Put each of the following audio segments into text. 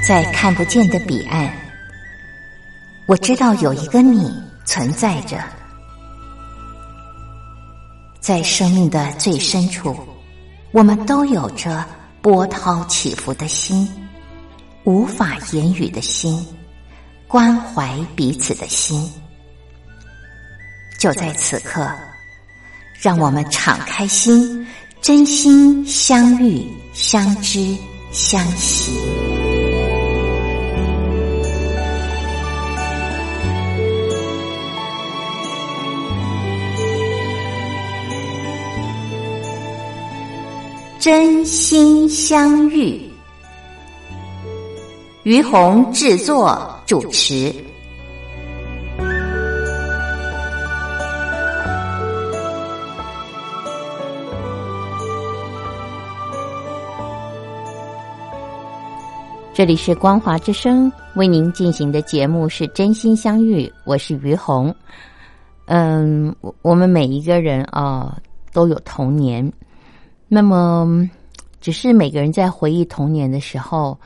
在看不见的彼岸，我知道有一个你存在着。在生命的最深处，我们都有着波涛起伏的心，无法言语的心，关怀彼此的心。就在此刻，让我们敞开心，真心相遇、相知、相惜。真心相遇，于红制作主持。 这里是光华之声为您进行的节目是真心相遇，我是于红。我们每一个人都有童年，那么只是每个人在回忆童年的时候，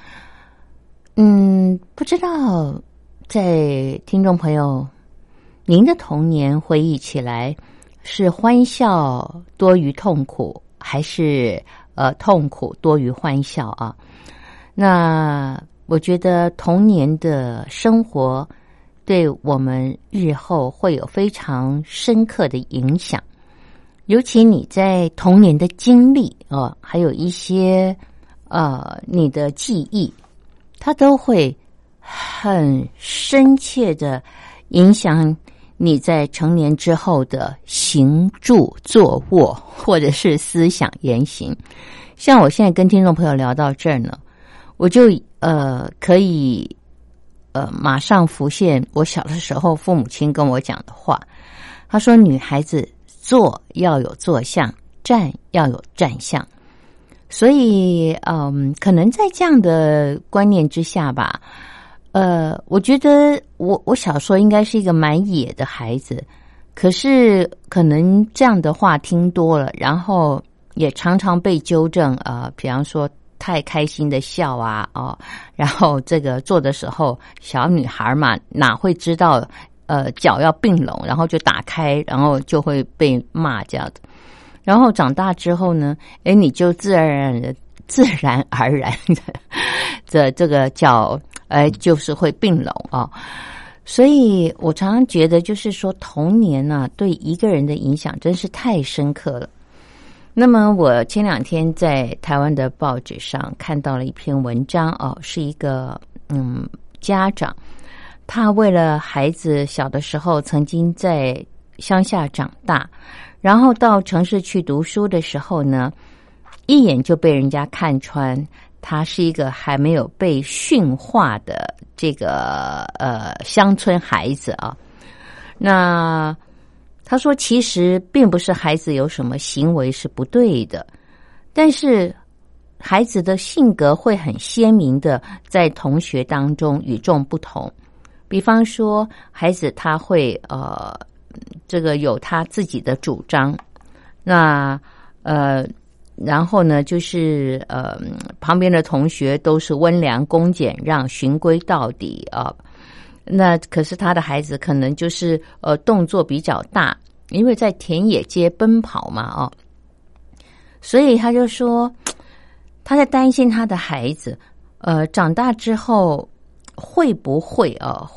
不知道在听众朋友您的童年回忆起来是欢笑多于痛苦，还是痛苦多于欢笑啊？那我觉得童年的生活对我们日后会有非常深刻的影响，尤其你在童年的经历还有一些你的记忆，它都会很深切的影响你在成年之后的行住坐卧，或者是思想言行。像我现在跟听众朋友聊到这儿呢，我就可以马上浮现我小的时候父母亲跟我讲的话。他说女孩子坐要有坐相，站要有站相。所以可能在这样的观念之下吧，我觉得我小时候应该是一个蛮野的孩子，可是可能这样的话听多了，然后也常常被纠正比方说太开心的笑然后这个做的时候，小女孩嘛哪会知道脚要并拢，然后就打开，然后就会被骂这样的。然后长大之后呢，你就自然而然的这个脚就是会并拢所以我常常觉得就是说童年对一个人的影响真是太深刻了。那么我前两天在台湾的报纸上看到了一篇文章是一个家长，他为了孩子小的时候曾经在乡下长大，然后到城市去读书的时候呢，一眼就被人家看穿他是一个还没有被驯化的这个乡村孩子那他说其实并不是孩子有什么行为是不对的，但是孩子的性格会很鲜明的在同学当中与众不同。比方说孩子他会这个有他自己的主张，那然后呢就是旁边的同学都是温良恭俭让，循规蹈底那可是他的孩子可能就是动作比较大，因为在田野街奔跑嘛所以他就说他在担心他的孩子长大之后会不会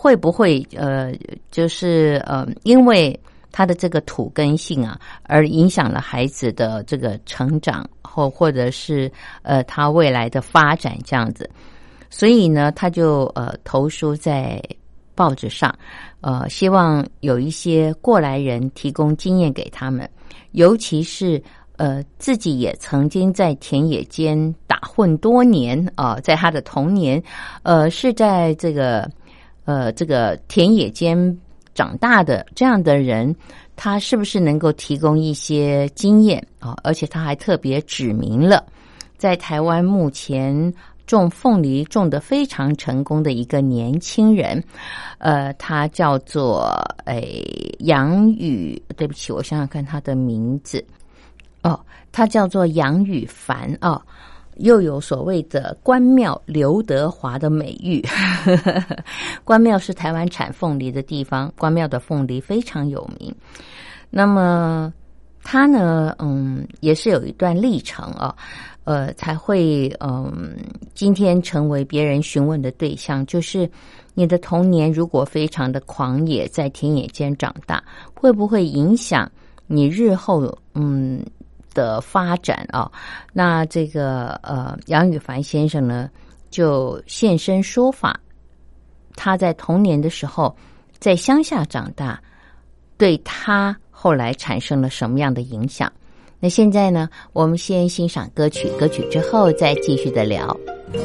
就是因为他的这个土根性而影响了孩子的这个成长或者是他未来的发展这样子。所以呢他就投书在报纸上希望有一些过来人提供经验给他们，尤其是自己也曾经在田野间打混多年在他的童年是在这个田野间长大的这样的人，他是不是能够提供一些经验而且他还特别指明了在台湾目前种凤梨种得非常成功的一个年轻人他叫做杨宇，对不起我想想看他的名字他叫做杨宇凡又有所谓的关庙刘德华的美誉。关庙是台湾产凤梨的地方，关庙的凤梨非常有名。那么他呢，也是有一段历程啊，才会今天成为别人询问的对象，就是你的童年如果非常的狂野，在田野间长大，会不会影响你日后的发展啊？那这个杨宇凡先生呢，就现身说法，他在童年的时候在乡下长大，对他后来产生了什么样的影响？那现在呢，我们先欣赏歌曲，歌曲之后再继续的聊。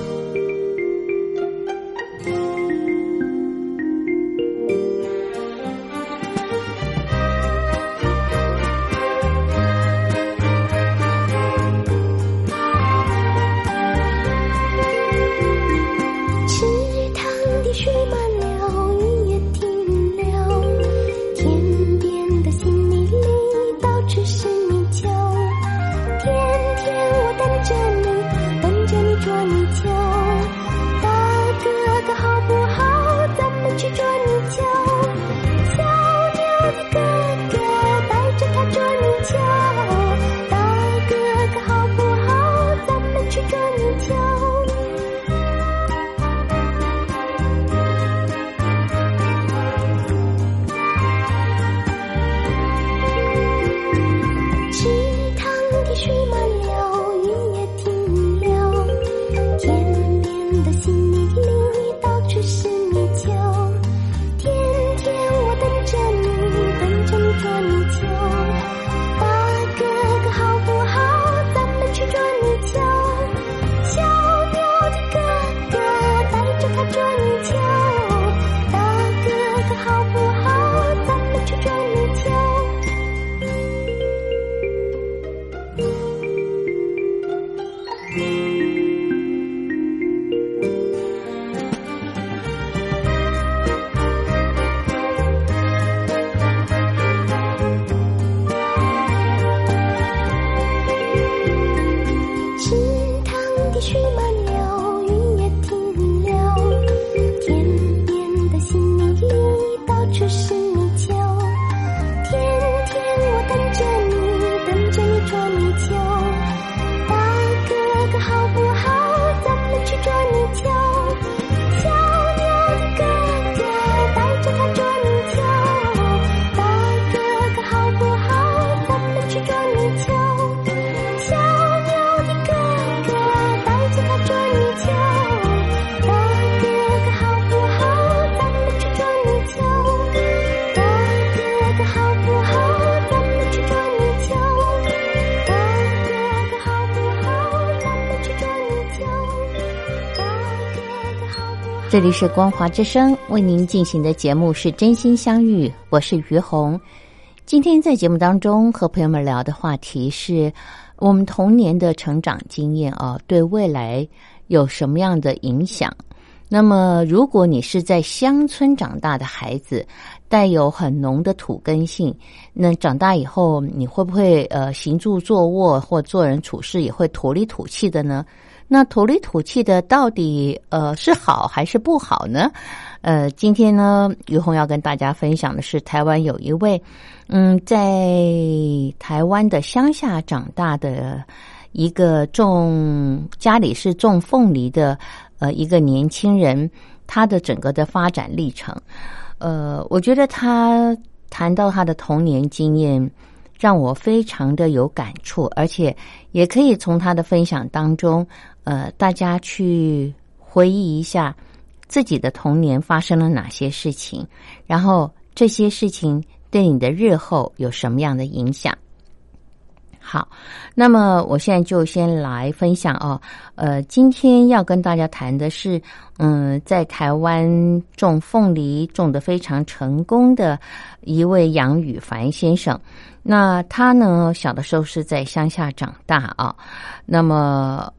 这里是光华之声为您进行的节目是真心相遇，我是于红。今天在节目当中和朋友们聊的话题是我们童年的成长经验啊，对未来有什么样的影响。那么如果你是在乡村长大的孩子，带有很浓的土根性，那长大以后你会不会行住坐卧或做人处事也会土里土气的呢？那土里土气的到底是好还是不好呢？今天呢，于红要跟大家分享的是台湾有一位在台湾的乡下长大的一个家里是种凤梨的一个年轻人，他的整个的发展历程。我觉得他谈到他的童年经验让我非常的有感触，而且也可以从他的分享当中大家去回忆一下自己的童年发生了哪些事情，然后这些事情对你的日后有什么样的影响。好，那么我现在就先来分享今天要跟大家谈的是在台湾种凤梨种得非常成功的一位杨宇凡先生。那他呢，小的时候是在乡下长大啊。那么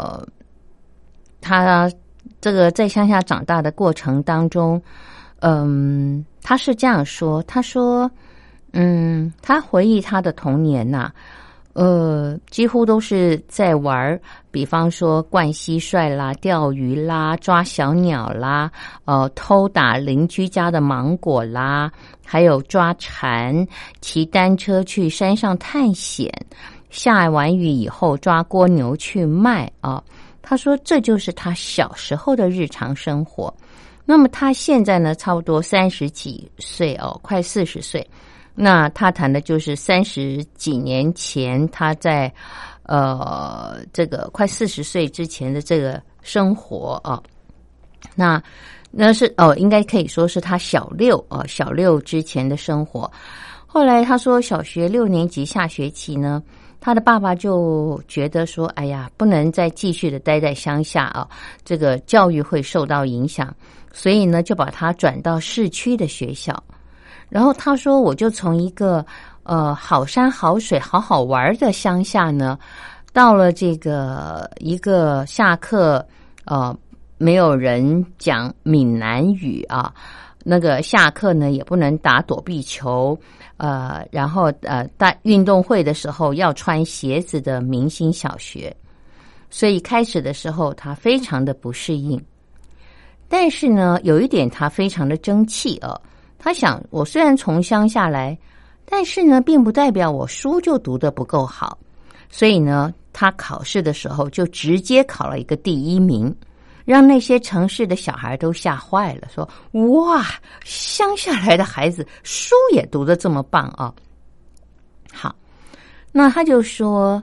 他这个在乡下长大的过程当中，他是这样说，他说他回忆他的童年呐， 几乎都是在玩，比方说灌蟋蟀啦、钓鱼啦、抓小鸟啦，偷打邻居家的芒果啦，还有抓蝉，骑单车去山上探险，下完雨以后抓蜗牛去卖啊。他说这就是他小时候的日常生活。那么他现在呢，差不多30几岁快40岁。那他谈的就是30几年前他在这个快40岁之前的这个生活啊。那是应该可以说是他小六之前的生活。后来他说小学6年级下学期呢，他的爸爸就觉得说，哎呀，不能再继续的待在乡下啊，这个教育会受到影响，所以呢就把他转到市区的学校。然后他说，我就从一个好山好水好好玩的乡下呢，到了这个一个下课没有人讲闽南语啊，那个下课呢也不能打躲避球，然后大运动会的时候要穿鞋子的明星小学，所以开始的时候他非常的不适应。但是呢，有一点他非常的争气他想，我虽然从乡下来，但是呢，并不代表我书就读得不够好。所以呢，他考试的时候就直接考了一个第1名，让那些城市的小孩都吓坏了，说：“哇，乡下来的孩子书也读得这么棒啊！”好，那他就说，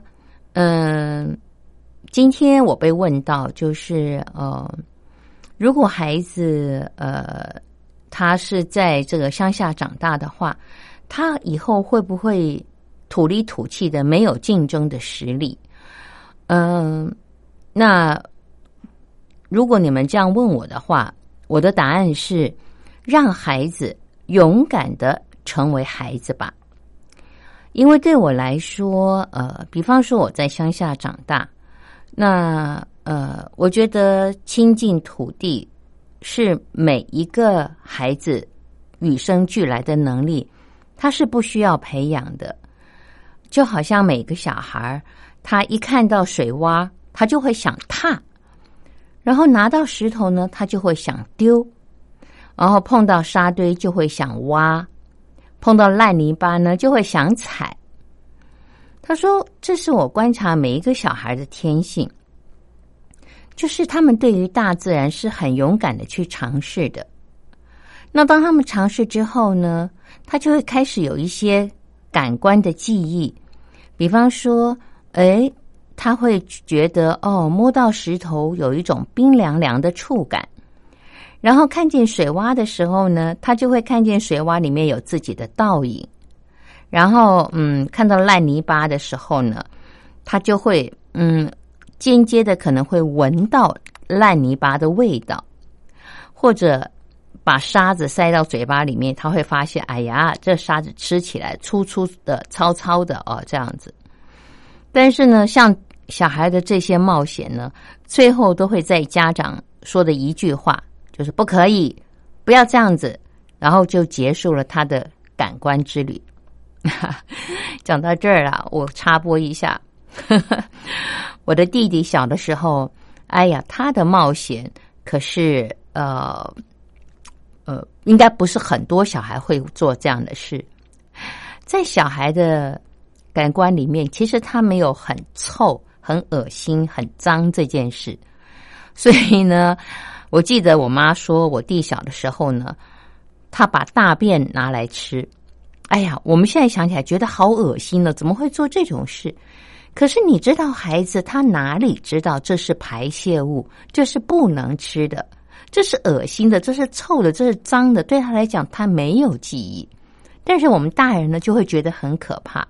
今天我被问到，就是如果孩子他是在这个乡下长大的话，他以后会不会土里土气的，没有竞争的实力？那如果你们这样问我的话，我的答案是让孩子勇敢的成为孩子吧。因为对我来说，比方说我在乡下长大，那我觉得亲近土地是每一个孩子与生俱来的能力，他是不需要培养的。就好像每个小孩，他一看到水洼，他就会想踏，然后拿到石头呢，他就会想丢，然后碰到沙堆就会想挖，碰到烂泥巴呢就会想踩。他说，这是我观察每一个小孩的天性，就是他们对于大自然是很勇敢的去尝试的。那当他们尝试之后呢，他就会开始有一些感官的记忆，比方说，他会觉得摸到石头有一种冰凉凉的触感，然后看见水洼的时候呢，他就会看见水洼里面有自己的倒影，然后看到烂泥巴的时候呢，他就会间接的可能会闻到烂泥巴的味道，或者把沙子塞到嘴巴里面，他会发现，哎呀，这沙子吃起来粗粗的、糙糙的这样子。但是呢，像小孩的这些冒险呢，最后都会在家长说的一句话，就是不可以，不要这样子，然后就结束了他的感官之旅。讲到这儿了，我插播一下，我的弟弟小的时候，哎呀，他的冒险可是应该不是很多小孩会做这样的事。在小孩的感官里面，其实他没有很臭、很恶心、很脏这件事。所以呢，我记得我妈说我弟小的时候呢，他把大便拿来吃。哎呀，我们现在想起来觉得好恶心了，怎么会做这种事？可是你知道，孩子他哪里知道这是排泄物，这是不能吃的，这是恶心的，这是臭的，这是脏的，对他来讲他没有记忆。但是我们大人呢，就会觉得很可怕。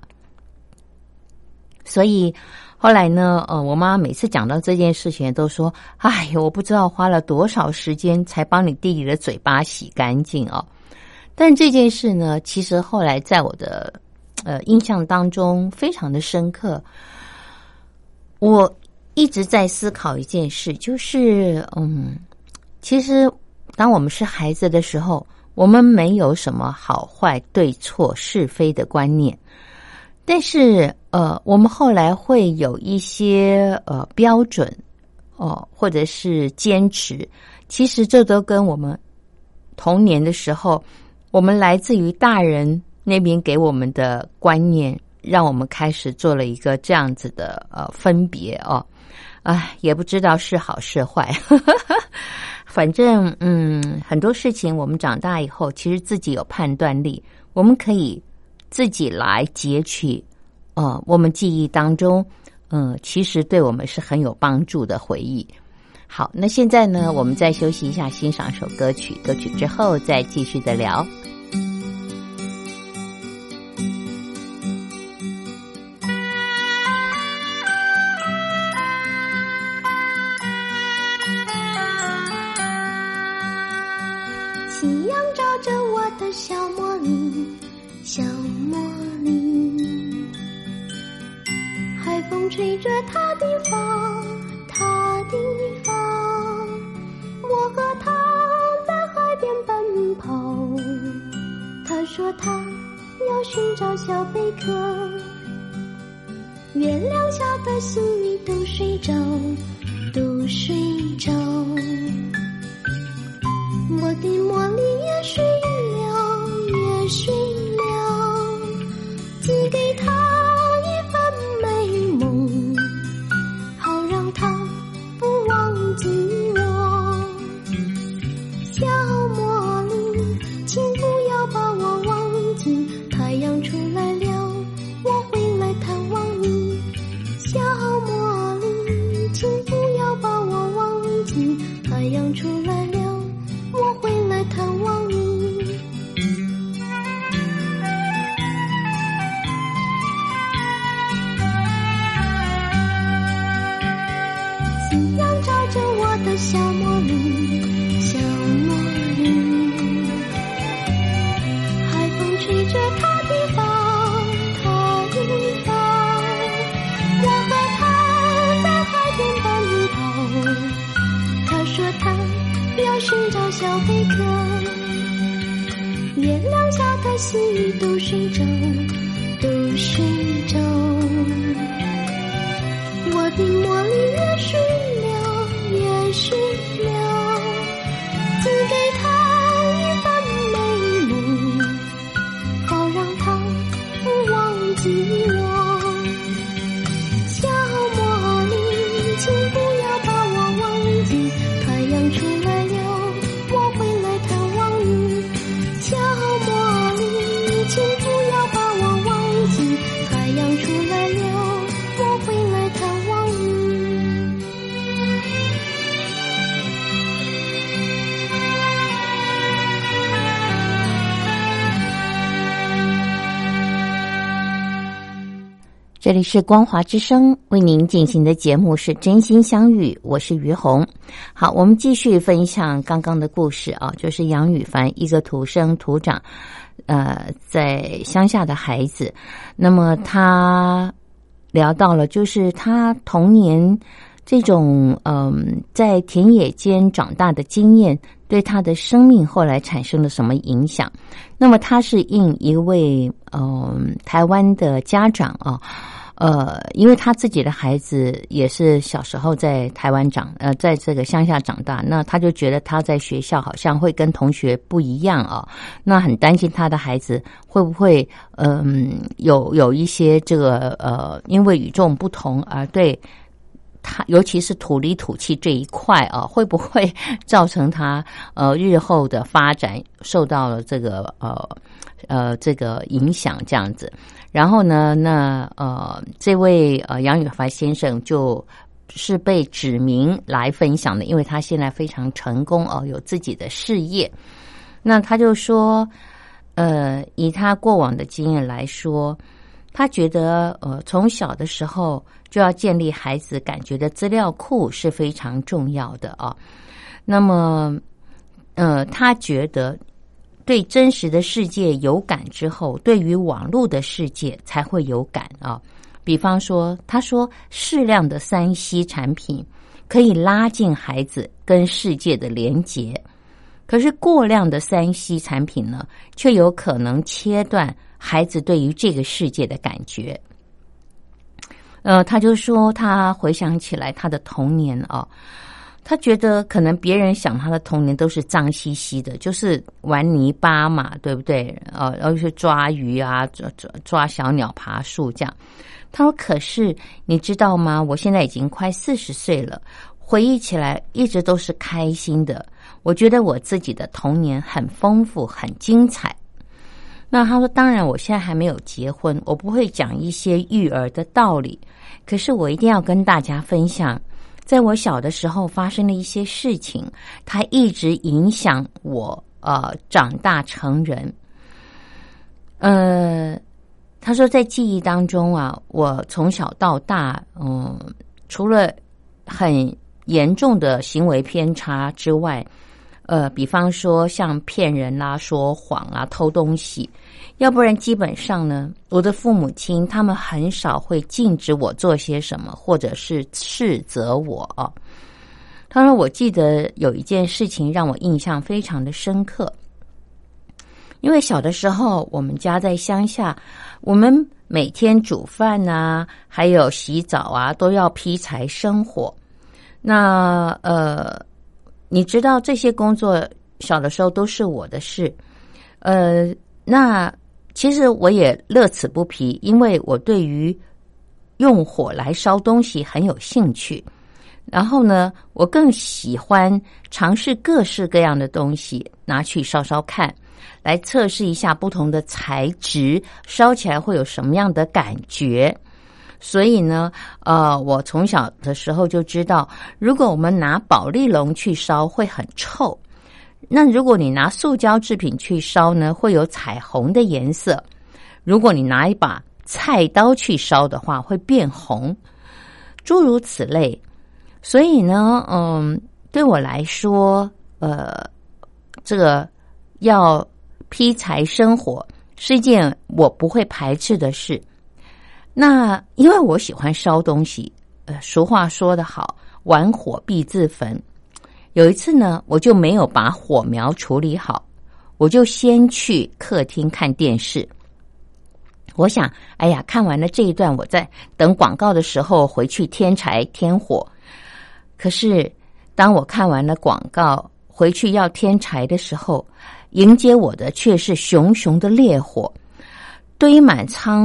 所以后来呢，我妈每次讲到这件事情都说，哎呦，我不知道花了多少时间才帮你弟弟的嘴巴洗干净哦。但这件事呢，其实后来在我的印象当中非常的深刻。我一直在思考一件事，就是其实当我们是孩子的时候，我们没有什么好坏对错是非的观念， 但是我们后来会有一些标准或者是坚持，其实这都跟我们童年的时候，我们来自于大人那边给我们的观念，让我们开始做了一个这样子的分别也不知道是好是坏。反正很多事情我们长大以后，其实自己有判断力，我们可以自己来截取我们记忆当中其实对我们是很有帮助的回忆。好，那现在呢，我们再休息一下，欣赏首歌曲，歌曲之后再继续的聊。 夕阳照着我的小茉莉，小茉莉，海风吹着她的发，她的发，我和她在海边奔跑，她说她要寻找小贝壳，月亮下的星儿都睡着，都睡着，我的茉莉也睡了，也睡了，寄给她一份美梦，好让她不忘记我。小茉莉，请不要把我忘记，太阳出来了，我会来探望你。小茉莉，请不要把我忘记，太阳出来了，我会来探望你。夕阳照着我的小茉莉，小茉莉，海风吹着她的发，她的发，我和她在海边奔跑，她说她要寻找小贝壳，月亮下的星儿都睡着，都睡着，我的茉莉也睡了，也睡了，寄给她一份美梦，好让她不忘记我。小茉莉，请不要把我忘记，太阳出来了，我会来探望你。小茉莉，请不要把我忘记，太阳出来了，我会来探望你。 这里是光华之声为您进行的节目是真心相遇，我是于红。好，我们继续分享刚刚的故事就是杨羽凡一个土生土长在乡下的孩子。那么他聊到了就是他童年这种在田野间长大的经验对他的生命后来产生了什么影响。那么他是应一位台湾的家长因为他自己的孩子也是小时候在台湾在这个乡下长大，那他就觉得他在学校好像会跟同学不一样那很担心他的孩子会不会有一些这个因为与众不同而对他尤其是土里土气这一块会不会造成他日后的发展受到了这个影响这样子。然后呢这位杨羽凡先生就是被指名来分享的，因为他现在非常成功有自己的事业。那他就说以他过往的经验来说，他觉得从小的时候就要建立孩子感觉的资料库是非常重要的那么他觉得对真实的世界有感之后，对于网络的世界才会有感比方说他说适量的3C 产品可以拉近孩子跟世界的连结，可是过量的3C 产品呢却有可能切断孩子对于这个世界的感觉。 他就说他回想起来他的童年他觉得可能别人想他的童年都是脏兮兮的，就是玩泥巴嘛，对不对？然后是抓鱼啊，抓小鸟、爬树这样。他说：“可是你知道吗？我现在已经快40岁了，回忆起来一直都是开心的。我觉得我自己的童年很丰富、很精彩。”那他说：“当然，我现在还没有结婚，我不会讲一些育儿的道理，可是我一定要跟大家分享。”在我小的时候发生了一些事情，它一直影响我长大成人。他说在记忆当中我从小到大除了很严重的行为偏差之外，比方说像骗人啦、说谎啊、偷东西，要不然基本上呢，我的父母亲他们很少会禁止我做些什么，或者是斥责我他说我记得有一件事情让我印象非常的深刻，因为小的时候我们家在乡下，我们每天煮饭啊，还有洗澡啊，都要劈柴生火。那你知道这些工作小的时候都是我的事，那其实我也乐此不疲，因为我对于用火来烧东西很有兴趣。然后呢，我更喜欢尝试各式各样的东西，拿去烧烧看，来测试一下不同的材质，烧起来会有什么样的感觉。所以呢，我从小的时候就知道，如果我们拿保丽龙去烧会很臭，那如果你拿塑胶制品去烧呢，会有彩虹的颜色。如果你拿一把菜刀去烧的话，会变红，诸如此类。所以呢，对我来说，这个要劈柴生火是一件我不会排斥的事。那因为我喜欢烧东西，俗话说得好，玩火必自焚。有一次呢，我就没有把火苗处理好，我就先去客厅看电视。我想，哎呀，看完了这一段，我在等广告的时候回去添柴添火。可是当我看完了广告，回去要添柴的时候，迎接我的却是熊熊的烈火，堆满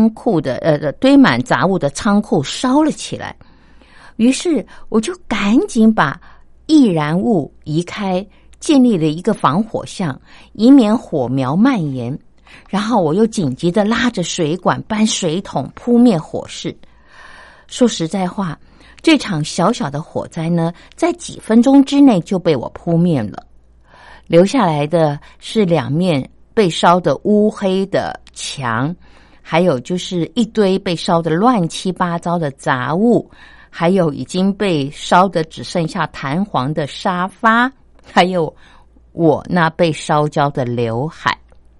杂物的仓库烧了起来。于是我就赶紧把易燃物移开，建立了一个防火巷，以免火苗蔓延。然后我又紧急的拉着水管搬水桶扑灭火势。说实在话，这场小小的火灾呢，在几分钟之内就被我扑灭了，留下来的是两面被烧得乌黑的墙，还有就是一堆被烧得乱七八糟的杂物，还有已经被烧得只剩下弹簧的沙发，还有我那被烧焦的刘海。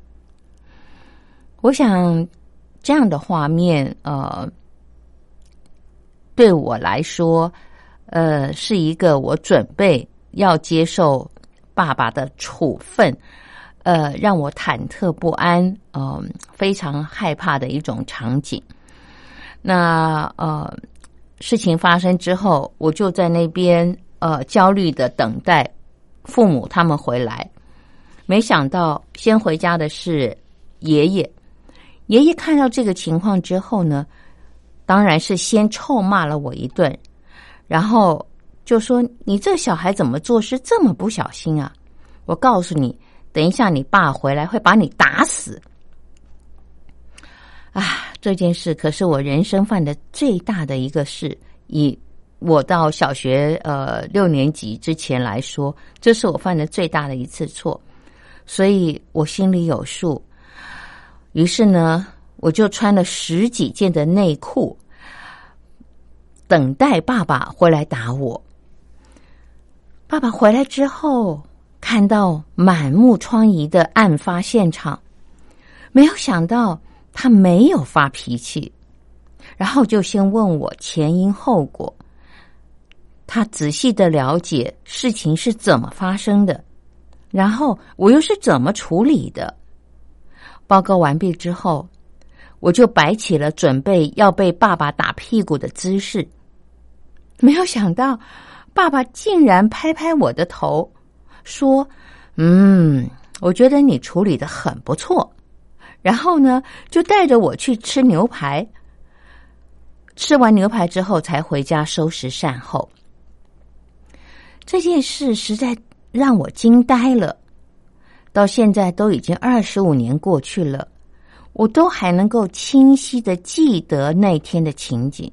我想这样的画面对我来说是一个我准备要接受爸爸的处分，让我忐忑不安，非常害怕的一种场景。那事情发生之后，我就在那边焦虑的等待父母他们回来。没想到先回家的是爷爷。爷爷看到这个情况之后呢，当然是先臭骂了我一顿，然后就说你这小孩怎么做事这么不小心啊，我告诉你，等一下你爸回来会把你打死。这件事可是我人生犯的最大的一个事，以我到小学6年级之前来说，这是我犯的最大的一次错，所以我心里有数。于是呢，我就穿了10几件的内裤，等待爸爸回来打我。爸爸回来之后，看到满目疮痍的案发现场，没有想到他没有发脾气，然后就先问我前因后果，他仔细的了解事情是怎么发生的，然后我又是怎么处理的。报告完毕之后， 我就摆起了准备要被爸爸打屁股的姿势。没有想到，爸爸竟然拍拍我的头，说：“我觉得你处理得很不错。”然后呢，就带着我去吃牛排。吃完牛排之后，才回家收拾善后。这件事实在让我惊呆了。到现在都已经25年过去了，我都还能够清晰地记得那天的情景。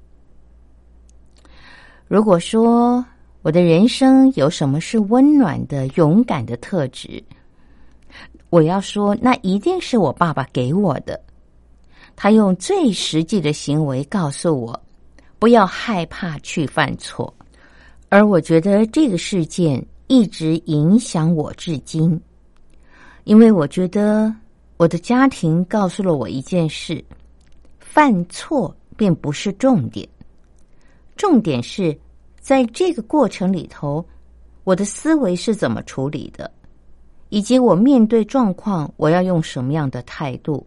如果说我的人生有什么是温暖的、勇敢的特质，我要说，那一定是我爸爸给我的。他用最实际的行为告诉我，不要害怕去犯错。而我觉得这个事件一直影响我至今，因为我觉得我的家庭告诉了我一件事：犯错并不是重点，重点是在这个过程里头，我的思维是怎么处理的，以及我面对状况我要用什么样的态度。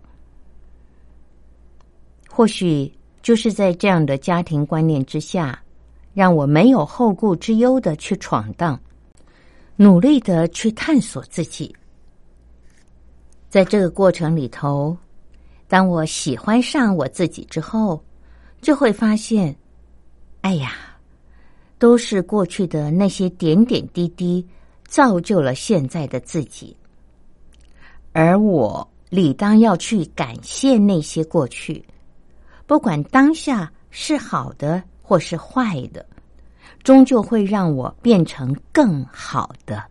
或许就是在这样的家庭观念之下，让我没有后顾之忧的去闯荡，努力的去探索自己。在这个过程里头，当我喜欢上我自己之后，就会发现，哎呀，都是过去的那些点点滴滴造就了现在的自己，而我理当要去感谢那些过去，不管当下是好的或是坏的，终究会让我变成更好的。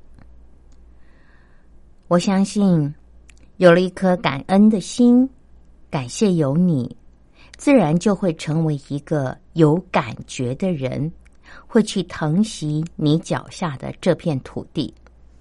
我相信有了一颗感恩的心，感谢有你，自然就会成为一个有感觉的人，会去疼惜你脚下的这片土地。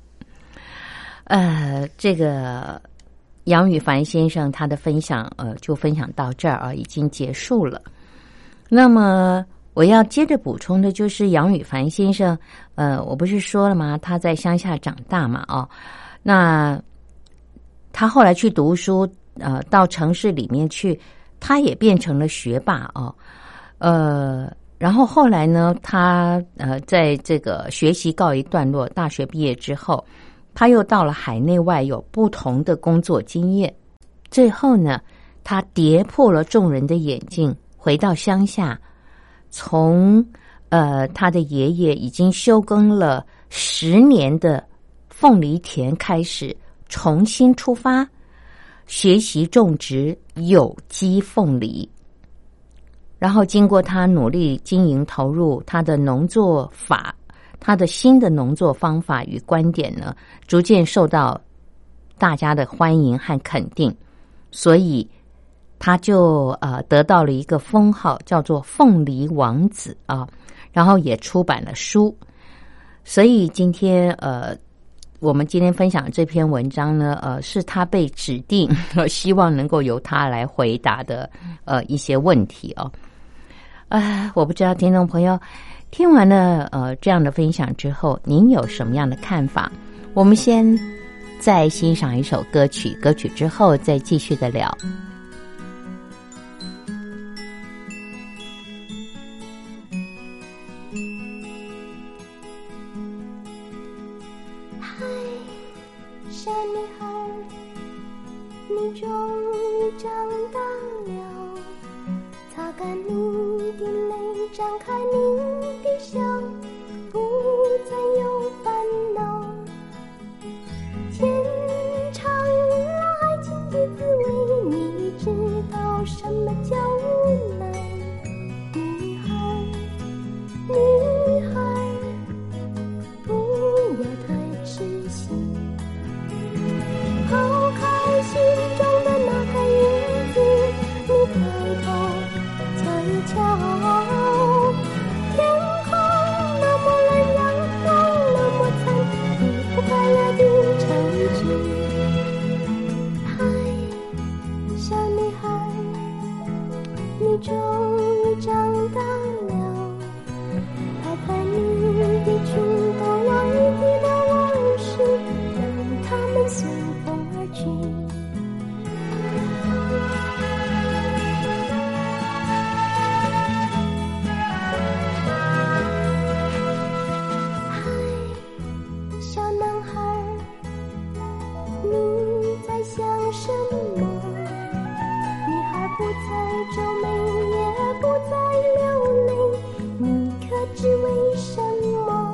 这个杨宇凡先生他的分享就分享到这儿已经结束了。那么我要接着补充的就是杨宇凡先生我不是说了吗，他在乡下长大嘛那他后来去读书到城市里面去，他也变成了学霸然后后来呢，他在这个学习告一段落，大学毕业之后，他又到了海内外有不同的工作经验。最后呢，他跌破了众人的眼镜，回到乡下，从他的爷爷已经休耕了10年的凤梨田开始，重新出发，学习种植有机凤梨。然后经过他努力经营投入，他的农作法，他的新的农作方法与观点呢，逐渐受到大家的欢迎和肯定，所以他就得到了一个封号，叫做凤梨王子然后也出版了书。所以今天我们今天分享的这篇文章呢是他被指定希望能够由他来回答的一些问题我不知道听众朋友听完了这样的分享之后，您有什么样的看法？我们先再欣赏一首歌曲，歌曲之后再继续的聊。 嗨，小女孩，你终于长大了，擦干你的泪，张开你的笑，不再有烦恼。天尝了爱情的滋味，你知道什么叫无奈。女孩，女孩，不要太痴心，抛开心中的那个影子，你抬头瞧一瞧，天空那么蓝阳光那么灿，你不快乐的城市。嗨，小女孩，你终于长大了，拍拍你的裙兜，忘记的往事，让它们随风而去。 什么？女孩不再皱眉，也不再流泪，你可知为什么？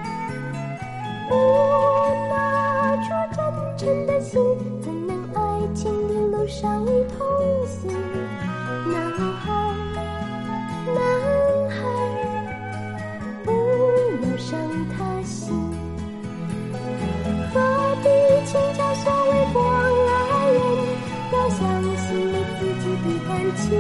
那颗真诚的心，怎能爱情的路上一同行？男孩，男孩，不要伤他心。何必请教所谓过来人？要相信你自己的感情。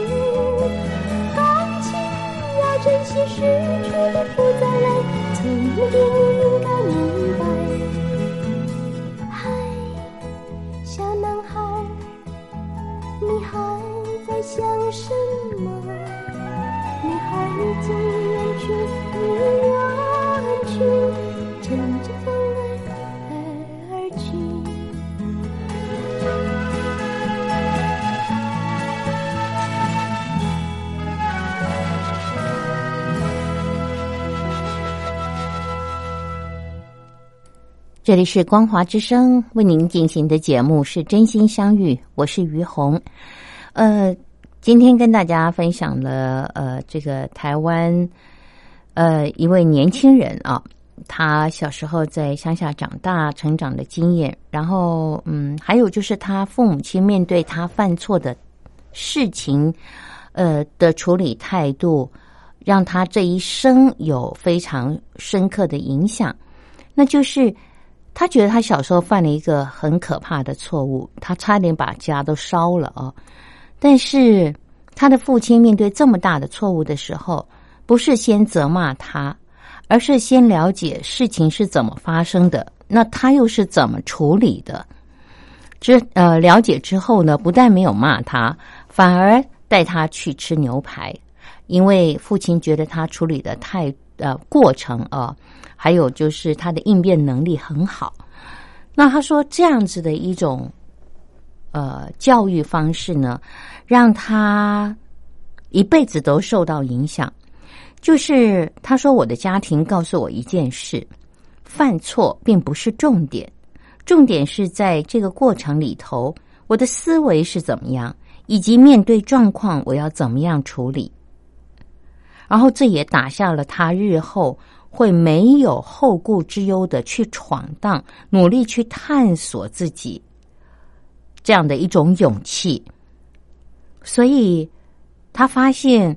感情要珍惜，失去的不再来，请你应该明白。嗨，小男孩，你还在想什么？女孩已经远去，你远去，乘着风而去。 这里是光华之声为您进行的节目是真心相遇，我是于红。今天跟大家分享了这个台湾一位年轻人啊，他小时候在乡下长大成长的经验，然后还有就是他父母亲面对他犯错的事情的处理态度，让他这一生有非常深刻的影响。那就是他觉得他小时候犯了一个很可怕的错误，他差点把家都烧了啊！但是他的父亲面对这么大的错误的时候，不是先责骂他，而是先了解事情是怎么发生的，那他又是怎么处理的。了解之后呢，不但没有骂他，反而带他去吃牛排，因为父亲觉得他处理的过程啊，还有就是他的应变能力很好。那他说这样子的一种教育方式呢，让他一辈子都受到影响。就是他说，我的家庭告诉我一件事，犯错并不是重点，重点是在这个过程里头，我的思维是怎么样，以及面对状况我要怎么样处理。然后这也打下了他日后会没有后顾之忧的去闯荡，努力去探索自己这样的一种勇气。所以他发现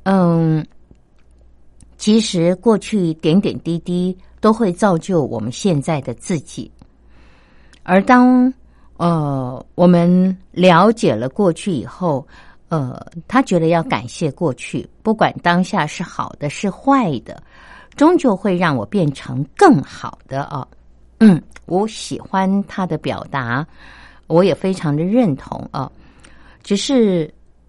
其实过去点点滴滴都会造就我们现在的自己。而当我们了解了过去以后，他觉得要感谢过去，不管当下是好的是坏的，终究会让我变成更好的啊。我喜欢他的表达，我也非常的认同啊。只是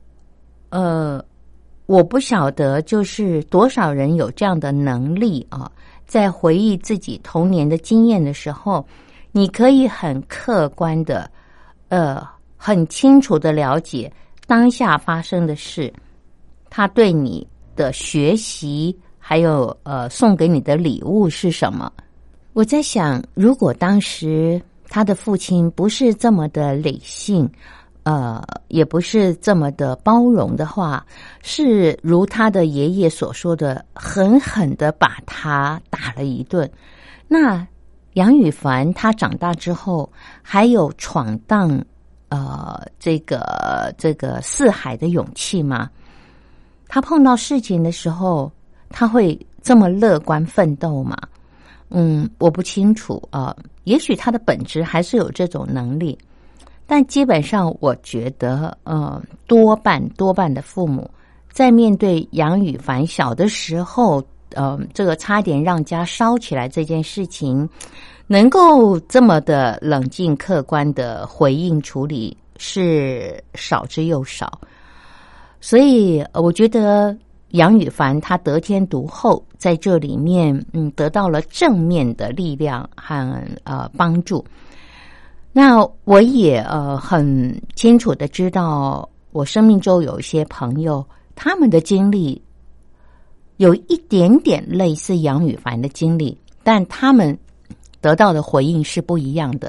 我不晓得就是多少人有这样的能力啊，在回忆自己童年的经验的时候，你可以很客观的很清楚的了解当下发生的事，他对你的学习还有送给你的礼物是什么。我在想，如果当时他的父亲不是这么的理性，也不是这么的包容的话，是如他的爷爷所说的，狠狠的把他打了一顿。那杨宇凡他长大之后还有闯荡这个四海的勇气吗？他碰到事情的时候，他会这么乐观奋斗吗？我不清楚啊，也许他的本质还是有这种能力，但基本上我觉得多半的父母在面对杨宇凡小的时候这个差点让家烧起来这件事情，能够这么的冷静客观的回应处理是少之又少。所以我觉得杨宇凡他得天独厚，在这里面得到了正面的力量和帮助。那我也很清楚的知道，我生命中有一些朋友，他们的经历有一点点类似杨宇凡的经历，但他们得到的回应是不一样的。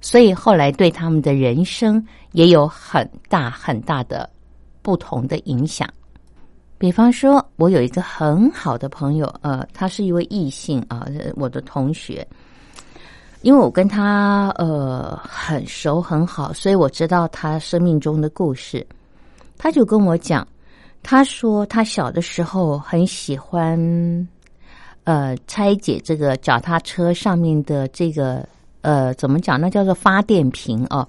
所以后来对他们的人生也有很大很大的不同的影响。比方说，我有一个很好的朋友，他是一位异性啊，我的同学。因为我跟他很熟很好，所以我知道他生命中的故事。他就跟我讲，他说他小的时候很喜欢拆解这个脚踏车上面的这个怎么讲，那叫做发电瓶哦。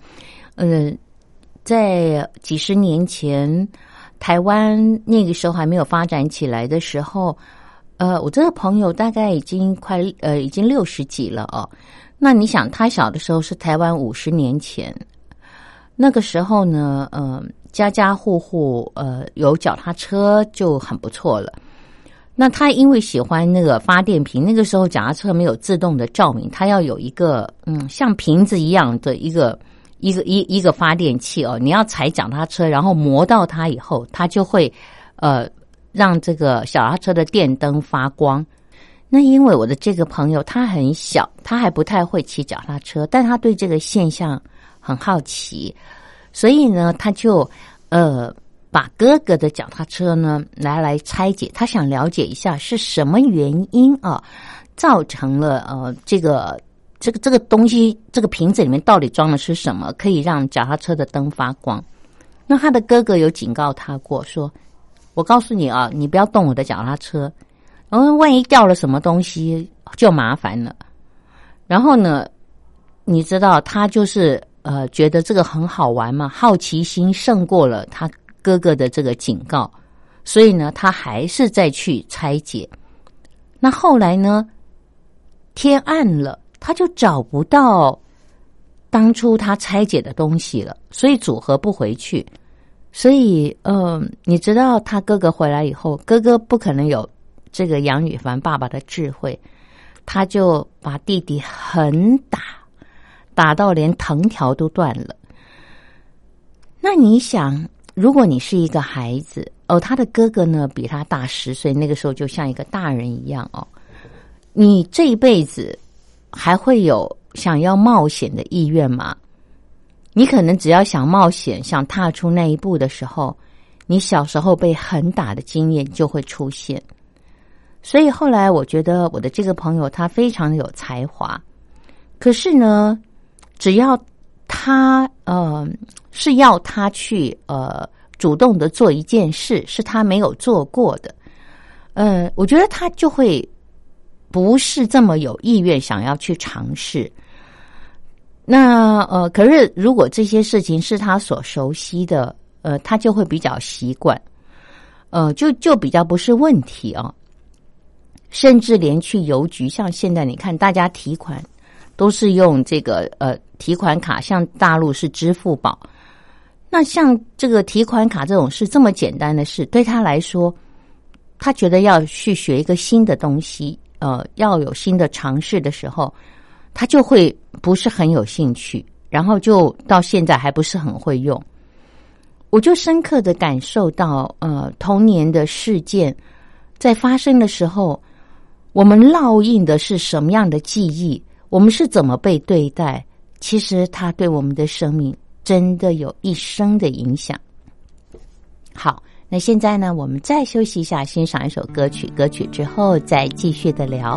在几十年前台湾那个时候还没有发展起来的时候，我这个朋友大概已经已经60几了哦。那你想，他小的时候是台湾50年前，那个时候呢，家家户户有脚踏车就很不错了。那他因为喜欢那个发电瓶，那个时候脚踏车没有自动的照明，他要有一个像瓶子一样的一个发电器哦，你要踩脚踏车，然后磨到它以后，它就会让这个脚踏车的电灯发光。那因为我的这个朋友他很小，他还不太会骑脚踏车，但他对这个现象很好奇，所以呢，他就把哥哥的脚踏车呢拿来拆解，他想了解一下是什么原因啊造成了这个东西，这个瓶子里面到底装的是什么，可以让脚踏车的灯发光。那他的哥哥有警告他过，说我告诉你啊，你不要动我的脚踏车，然后万一掉了什么东西就麻烦了。然后呢，你知道他就是觉得这个很好玩嘛，好奇心胜过了他哥哥的这个警告，所以呢，他还是再去拆解。那后来呢，天暗了，他就找不到当初他拆解的东西了，所以组合不回去。所以你知道他哥哥回来以后，哥哥不可能有这个杨宇凡爸爸的智慧，他就把弟弟狠打到连藤条都断了。那你想，如果你是一个孩子他的哥哥呢比他大10岁，那个时候就像一个大人一样你这一辈子还会有想要冒险的意愿吗？你可能只要想冒险，想踏出那一步的时候，你小时候被狠打的经验就会出现。所以后来我觉得我的这个朋友他非常的有才华，可是呢，只要他是要他去主动的做一件事是他没有做过的，我觉得他就会不是这么有意愿想要去尝试。那可是如果这些事情是他所熟悉的，他就会比较习惯，就比较不是问题甚至连去邮局，像现在你看大家提款都是用这个提款卡，像大陆是支付宝。那像这个提款卡这种事这么简单的事，对他来说，他觉得要去学一个新的东西，要有新的尝试的时候，他就会不是很有兴趣，然后就到现在还不是很会用。我就深刻的感受到童年的事件在发生的时候，我们烙印的是什么样的记忆，我们是怎么被对待，其实它对我们的生命真的有一生的影响。好，那现在呢，我们再休息一下，欣赏一首歌曲，歌曲之后再继续的聊。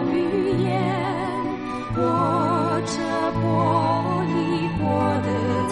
我这玻璃波的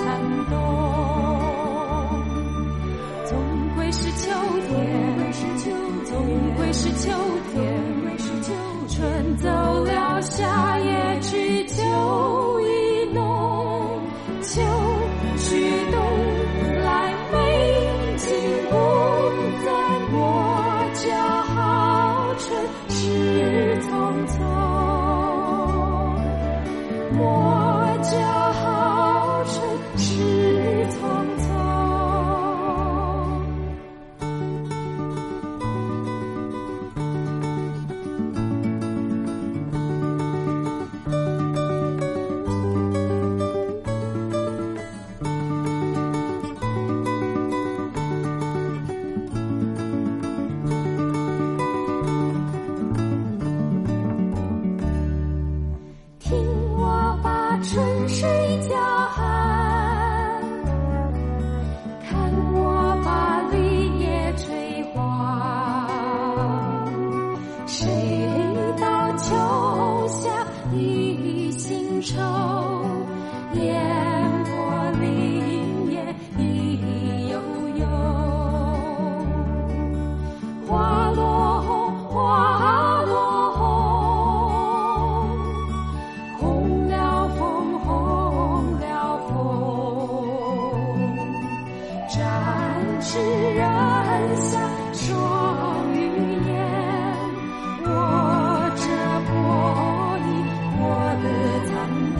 痴人像双语言，我这破译我的残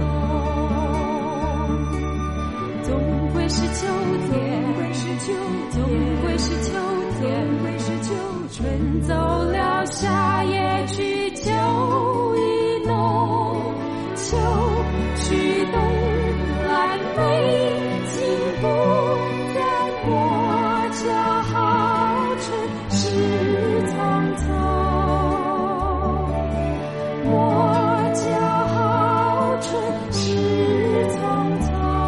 冬，总归是秋天，总归是秋天，春走了，夏也去，秋意浓，秋去冬来，北京不再过家好春是苍苍，我家好春是苍苍。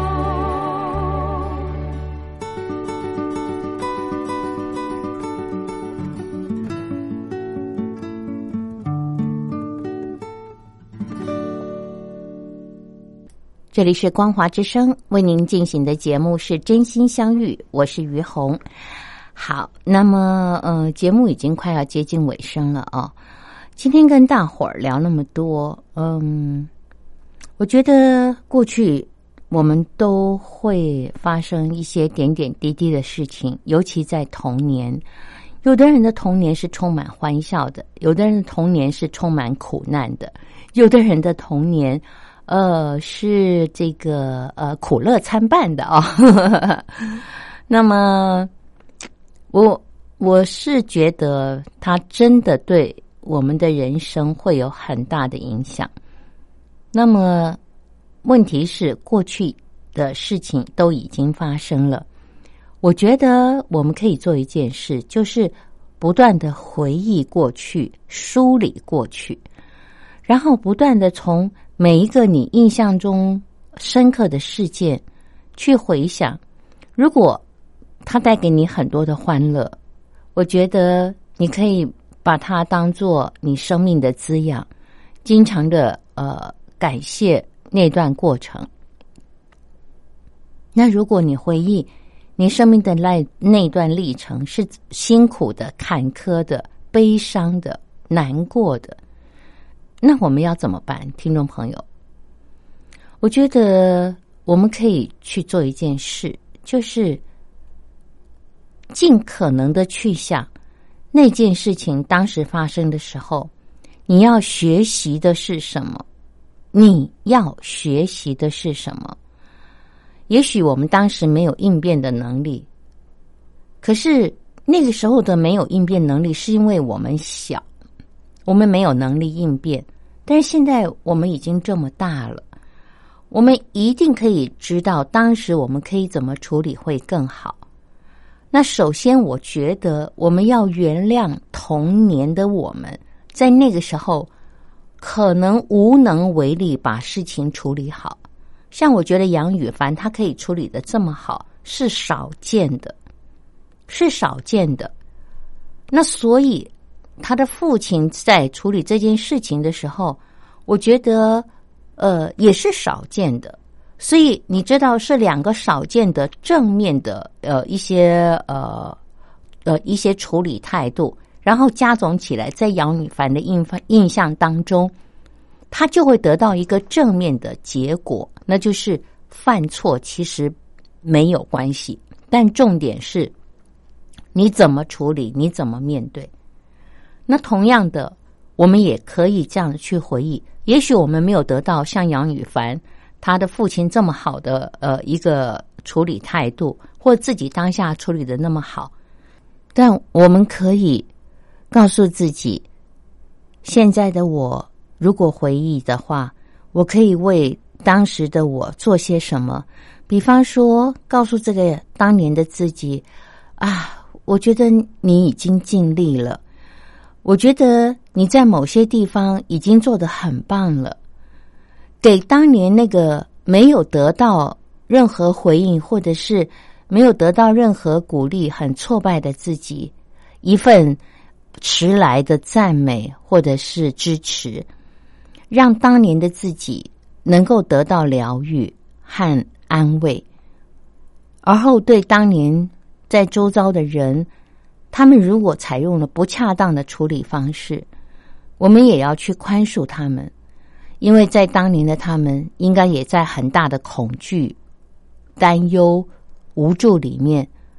这里是光华之声，为您进行的节目是真心相遇，我是于红。好，那么节目已经快要接近尾声了啊。今天跟大伙儿聊那么多，我觉得过去我们都会发生一些点点滴滴的事情，尤其在童年。有的人的童年是充满欢笑的，有的人的童年是充满苦难的，有的人的童年是这个苦乐参半的啊。那么我是觉得它真的对我们的人生会有很大的影响。那么问题是过去的事情都已经发生了，我觉得我们可以做一件事，就是不断的回忆过去，梳理过去，然后不断的从每一个你印象中深刻的事件去回想，如果它带给你很多的欢乐，我觉得你可以把它当作你生命的滋养，经常的感谢那段过程。那如果你回忆你生命的那段历程是辛苦的、坎坷的、悲伤的、难过的，那我们要怎么办？听众朋友，我觉得我们可以去做一件事，就是尽可能的去想那件事情当时发生的时候，你要学习的是什么？你要学习的是什么？也许我们当时没有应变的能力，可是那个时候的没有应变能力是因为我们小，我们没有能力应变。但是现在我们已经这么大了，我们一定可以知道当时我们可以怎么处理会更好。那首先我觉得我们要原谅童年的我们，在那个时候可能无能为力把事情处理好。像我觉得杨羽凡他可以处理得这么好，是少见的，是少见的。那所以他的父亲在处理这件事情的时候，我觉得也是少见的。所以你知道是两个少见的正面的一些处理态度，然后加总起来，在杨羽凡的印象当中，他就会得到一个正面的结果，那就是犯错其实没有关系，但重点是你怎么处理，你怎么面对。那同样的，我们也可以这样去回忆，也许我们没有得到像杨羽凡他的父亲这么好的一个处理态度，或自己当下处理的那么好，但我们可以告诉自己，现在的我如果回忆的话，我可以为当时的我做些什么。比方说告诉这个当年的自己啊，我觉得你已经尽力了，我觉得你在某些地方已经做得很棒了。给当年那个没有得到任何回应，或者是没有得到任何鼓励，很挫败的自己一份迟来的赞美或者是支持，让当年的自己能够得到疗愈和安慰。而后对当年在周遭的人，他们如果采用了不恰当的处理方式，我们也要去宽恕他们，因为在当年的他们应该也在很大的恐惧、担忧、无助里面，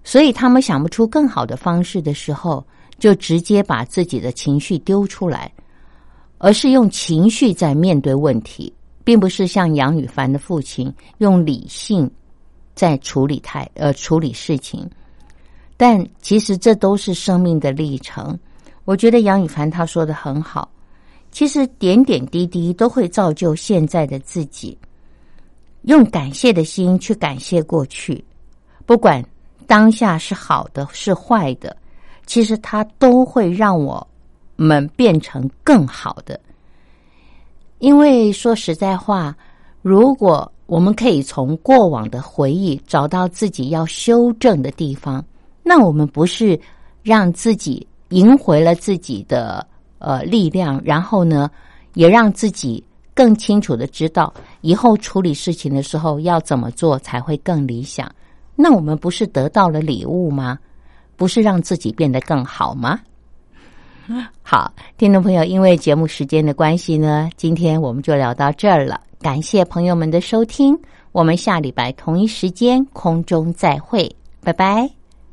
所以他们想不出更好的方式的时候，就直接把自己的情绪丢出来，而是用情绪在面对问题，并不是像杨羽凡的父亲用理性在处理事情。但其实这都是生命的历程。我觉得杨羽凡他说的很好，其实点点滴滴都会造就现在的自己。用感谢的心去感谢过去，不管当下是好的是坏的，其实它都会让我们变成更好的。因为说实在话，如果我们可以从过往的回忆找到自己要修正的地方，那我们不是让自己赢回了自己的力量，然后呢也让自己更清楚的知道以后处理事情的时候要怎么做才会更理想。那我们不是得到了礼物吗？不是让自己变得更好吗？好，听众朋友，因为节目时间的关系呢，今天我们就聊到这儿了。感谢朋友们的收听，我们下礼拜同一时间空中再会，拜拜。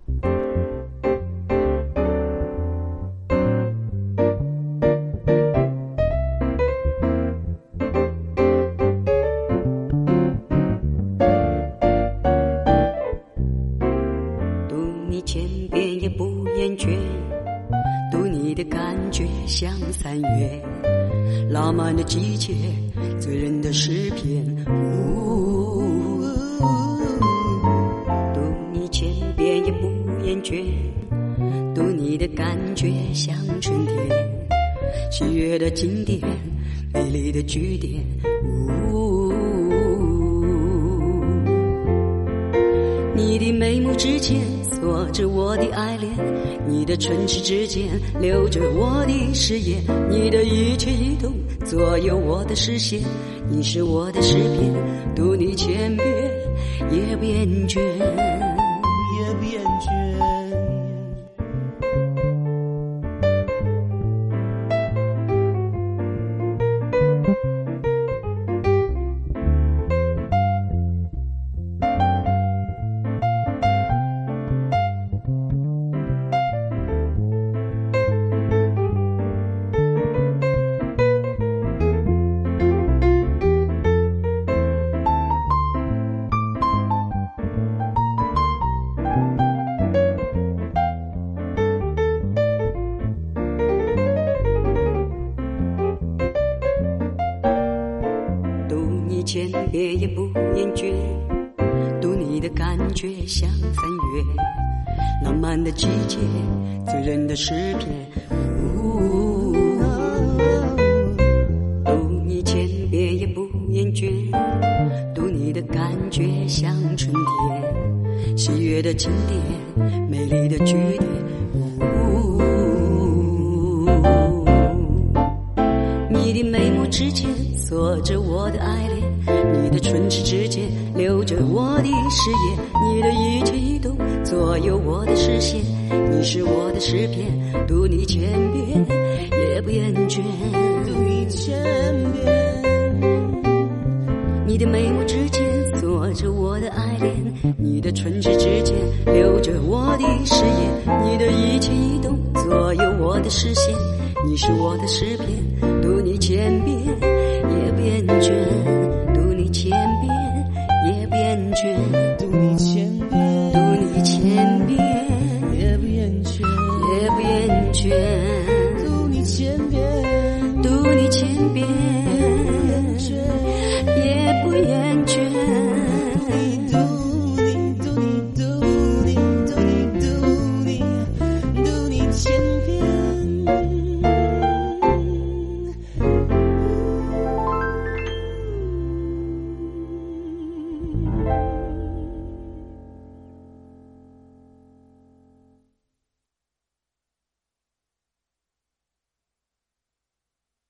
读你千遍也不厌倦，读你的感觉像3月浪漫的季节，醉人的诗篇。读你千遍也不厌倦，读你的感觉像春天，喜悦的经典，美丽的句点。你的眉目之间锁着我的爱恋，你的唇齿之间留着我的誓言，你的一举一动左右我的视线，你是我的诗篇，读你千遍也不厌倦，也不厌倦。千遍也不厌倦，读你的感觉像3月浪漫的季节，醉人的诗篇。读你千遍也不厌倦，读你的感觉像春天，喜悦的经典，美丽的句点。你的眉目之间锁着我的爱恋，你的唇齿之间留着我的誓言，你的一举一动左右我的视线，你是我的诗篇，读你千遍也不厌倦，读你千遍。你的眉目之间锁着我的爱恋，你的唇齿之间留着我的誓言，你的一举一动左右我的视线，你是我的诗篇，读你千遍也不厌倦。